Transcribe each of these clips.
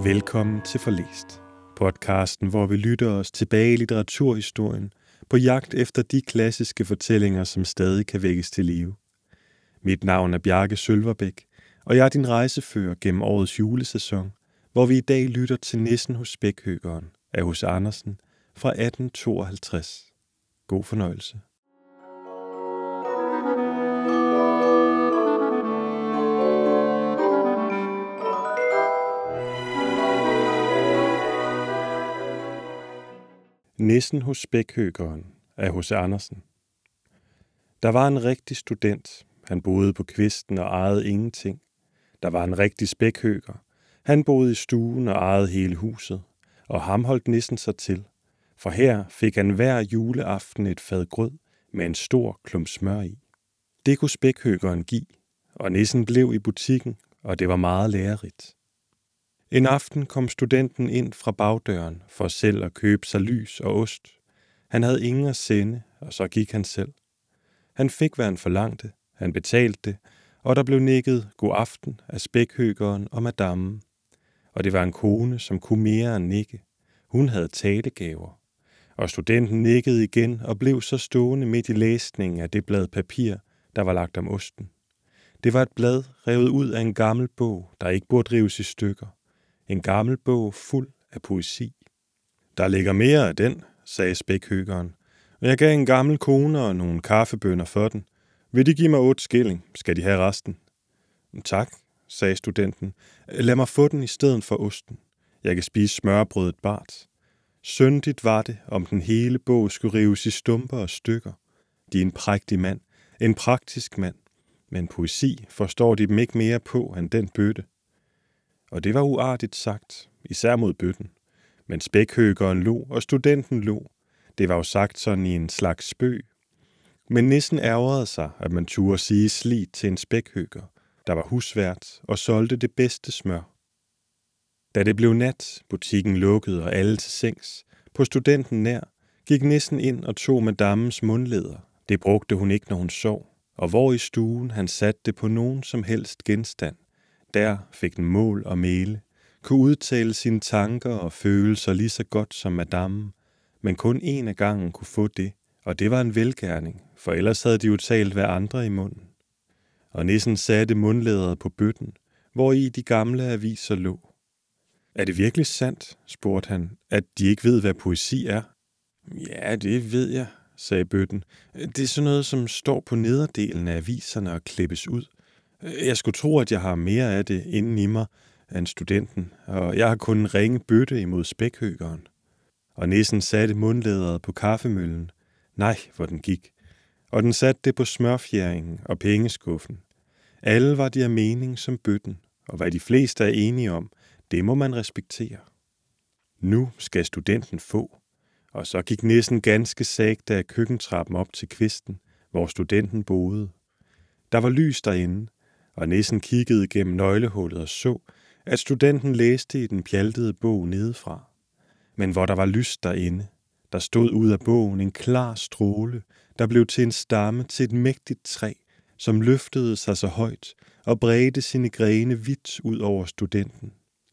Velkommen til Forlæst, podcasten, hvor vi lytter os tilbage i litteraturhistorien på jagt efter de klassiske fortællinger, som stadig kan vækkes til live. Mit navn er Bjarke Sølverbæk, og jeg er din rejsefører gennem årets julesæson, hvor vi i dag lytter til Nissen hos Spækhøkeren af H.C. Andersen fra 1852. God fornøjelse. Nissen hos Spækhøkeren af H.C. Andersen. Der var en rigtig student. Han boede på kvisten og ejede ingenting. Der var en rigtig spækhøker. Han boede i stuen og ejede hele huset, og ham holdt nissen sig til. For her fik han hver juleaften et fad grød med en stor klump smør i. Det kunne spækhøkeren give, og nissen blev i butikken, og det var meget lærerigt. En aften kom studenten ind fra bagdøren for selv at købe sig lys og ost. Han havde ingen at sende, og så gik han selv. Han fik, hvad han forlangte. Han betalte det, og der blev nikket god aften af spækhøkeren og madammen. Og det var en kone, som kunne mere end nikke. Hun havde talegaver. Og studenten nikkede igen og blev så stående midt i læsningen af det blad papir, der var lagt om osten. Det var et blad revet ud af en gammel bog, der ikke burde rives i stykker. En gammel bog fuld af poesi. Der ligger mere af den, sagde spækhøkeren, og jeg gav en gammel kone og nogle kaffebønner for den. Vil de give mig 8 skilling, skal de have resten. Tak, sagde studenten. Lad mig få den i stedet for osten. Jeg kan spise smørbrødet bart. Syndigt var det, om den hele bog skulle rives i stumper og stykker. De er en prægtig mand, en praktisk mand, men poesi forstår de dem ikke mere på end den bøtte. Og det var uartigt sagt, især mod bøtten. Men spækhøkeren lå, og studenten lå. Det var jo sagt sådan i en slags spøg. Men nissen ærgerede sig, at man turde sige slidt til en spækhøker, der var husvært og solgte det bedste smør. Da det blev nat, butikken lukkede og alle til sengs, på studenten nær, gik nissen ind og tog madammens mundleder. Det brugte hun ikke, når hun sov, og hvor i stuen han satte det på nogen som helst genstand. Der fik den mål og mæle, kunne udtale sine tanker og følelser lige så godt som madammen, men kun en af gangen kunne få det, og det var en velgerning, for ellers havde de jo talt hver andre i munden. Og nissen satte mundlæderet på bøtten, hvori de gamle aviser lå. Er det virkelig sandt, spurgte han, at de ikke ved, hvad poesi er? Ja, det ved jeg, sagde bøtten. Det er sådan noget, som står på nederdelen af aviserne og klippes ud. Jeg skulle tro, at jeg har mere af det inden i mig end studenten, og jeg har kun en ringe bøtte imod spækhøkeren. Og nissen satte mundlæderet på kaffemøllen. Nej, hvor den gik. Og den satte det på smørfjeringen og pengeskuffen. Alle var de af mening som bøtten, og hvad de fleste er enige om, det må man respektere. Nu skal studenten få. Og så gik nissen ganske sagt af køkkentrappen op til kvisten, hvor studenten boede. Der var lys derinde, og nissen kiggede gennem nøglehullet og så, at studenten læste i den pjaltede bog nedefra. Men hvor der var lyst derinde, der stod ud af bogen en klar stråle, der blev til en stamme til et mægtigt træ, som løftede sig så højt og bredte sine grene vidt ud over studenten.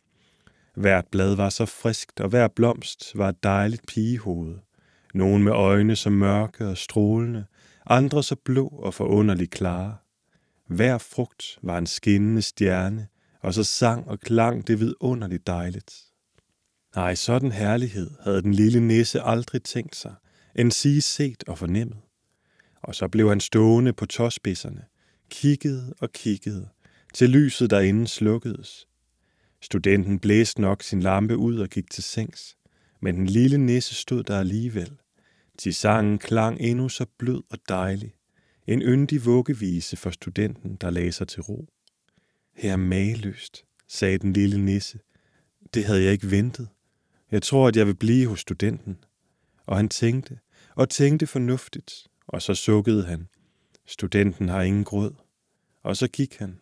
Hvert blad var så friskt, og hver blomst var et dejligt pigehoved. Nogle med øjne så mørke og strålende, andre så blå og forunderligt klare. Hver frugt var en skinnende stjerne, og så sang og klang det vidunderligt dejligt. Nej, sådan herlighed havde den lille nisse aldrig tænkt sig, end sige set og fornemmet. Og så blev han stående på tåspidserne, kiggede og kiggede, til lyset derinde slukkedes. Studenten blæste nok sin lampe ud og gik til sengs, men den lille nisse stod der alligevel. Til sangen klang endnu så blød og dejlig. En yndig vuggevise for studenten, der lagde sig til ro. Her mageløst, sagde den lille nisse. Det havde jeg ikke ventet. Jeg tror, at jeg vil blive hos studenten. Og han tænkte, og tænkte fornuftigt, og så sukkede han. Studenten har ingen gråd. Og så gik han,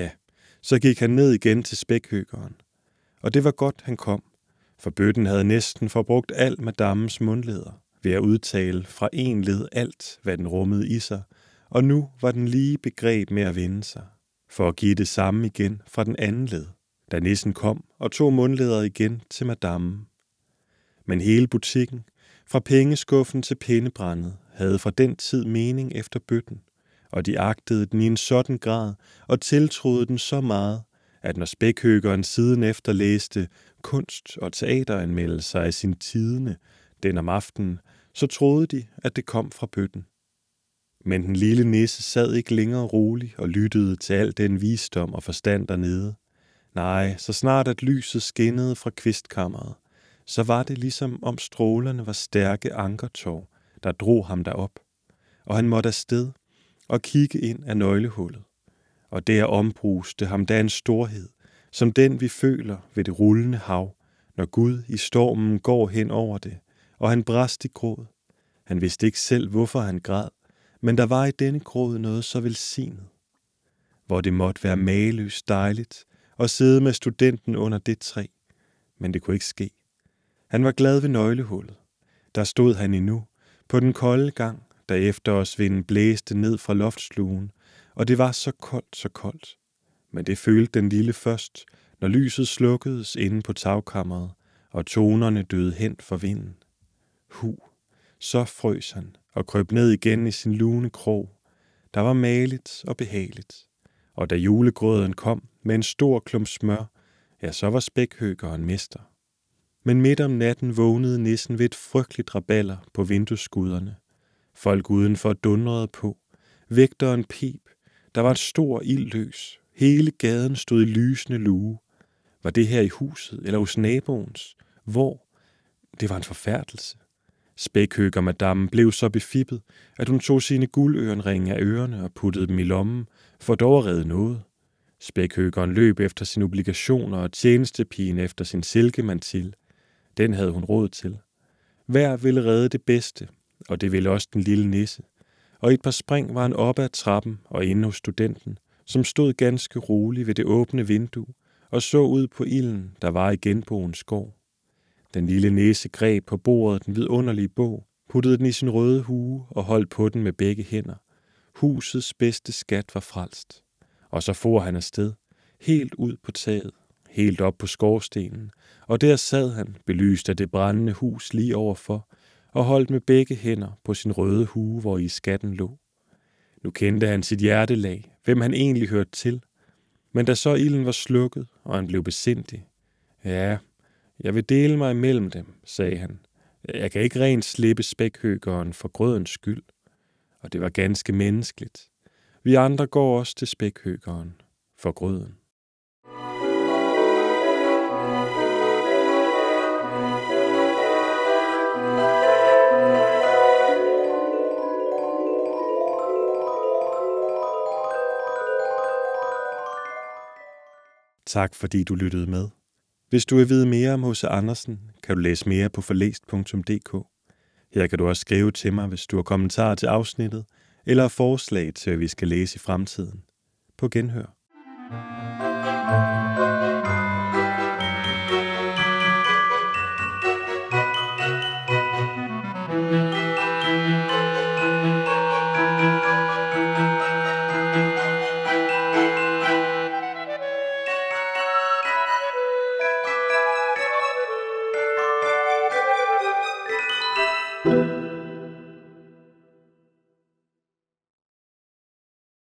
så gik han ned igen til spækhøkeren. Og det var godt, han kom, for bøtten havde næsten forbrugt alt madammens mundlæder ved at udtale fra en led alt, hvad den rummede i sig, og nu var den lige begreb med at vende sig, for at give det samme igen fra den anden led. Da nissen kom og tog mundlederet igen til madammen. Men hele butikken, fra pengeskuffen til pindebrændet, havde fra den tid mening efter bøtten, og de agtede den i en sådan grad og tiltroede den så meget, at når spækhøkeren siden efter læste kunst- og teateranmeldelser af sin tidende den om aftenen, så troede de, at det kom fra bøtten. Men den lille nisse sad ikke længere rolig og lyttede til al den visdom og forstand dernede. Nej, så snart at lyset skinnede fra kvistkammeret, så var det ligesom om strålerne var stærke ankertov, der drog ham derop, og han måtte afsted og kigge ind af nøglehullet. Og der ombruste ham da en storhed, som den vi føler ved det rullende hav, når Gud i stormen går hen over det, og han brast i gråd. Han vidste ikke selv, hvorfor han græd, men der var i denne gråd noget så velsignet. Hvor det måtte være mageløst dejligt at sidde med studenten under det træ, men det kunne ikke ske. Han var glad ved nøglehullet. Der stod han endnu, på den kolde gang, der efterårsvinden blæste ned fra loftslugen, og det var så koldt, så koldt. Men det følte den lille først, når lyset slukkedes inde på tagkammeret, og tonerne døde hen for vinden. Så frøs han og krøb ned igen i sin lune krog. Der var maligt og behageligt. Og da julegrøden kom med en stor klump smør, ja, så var spækhøkeren mester. Men midt om natten vågnede nissen ved et frygteligt rabalder på vinduesskuderne. Folk udenfor dundrede på. Vægteren pip. Der var en stor ild løs. Hele gaden stod i lysende lue. Var det her i huset eller hos naboens? Hvor? Det var en forfærdelse. Spækhøker-madammen blev så befippet, at hun tog sine guldørenringe af ørerne og puttede dem i lommen, for dog at redde noget. Spækhøkeren løb efter sine obligationer og tjenestepigen efter sin silkemantil. Den havde hun råd til. Hver ville redde det bedste, og det ville også den lille nisse. Og i et par spring var han oppe ad trappen og inde hos studenten, som stod ganske rolig ved det åbne vindue og så ud på ilden, der var i genboens gård. Den lille næse greb på bordet den vidunderlige bog, puttede den i sin røde hue og holdt på den med begge hænder. Husets bedste skat var frelst. Og så for han afsted, helt ud på taget, helt op på skorstenen, og der sad han, belyst af det brændende hus lige overfor, og holdt med begge hænder på sin røde hue, hvor i skatten lå. Nu kendte han sit hjertelag, hvem han egentlig hørte til, men da så ilden var slukket, og han blev besindig. Ja, jeg vil dele mig imellem dem, sagde han. Jeg kan ikke rent slippe spækhøkeren for grødens skyld. Og det var ganske menneskeligt. Vi andre går også til spækhøkeren for grøden. Tak fordi du lyttede med. Hvis du vil vide mere om H.C. Andersen, kan du læse mere på forlæst.dk. Her kan du også skrive til mig, hvis du har kommentarer til afsnittet, eller forslag til, hvad vi skal læse i fremtiden. På genhør. thank you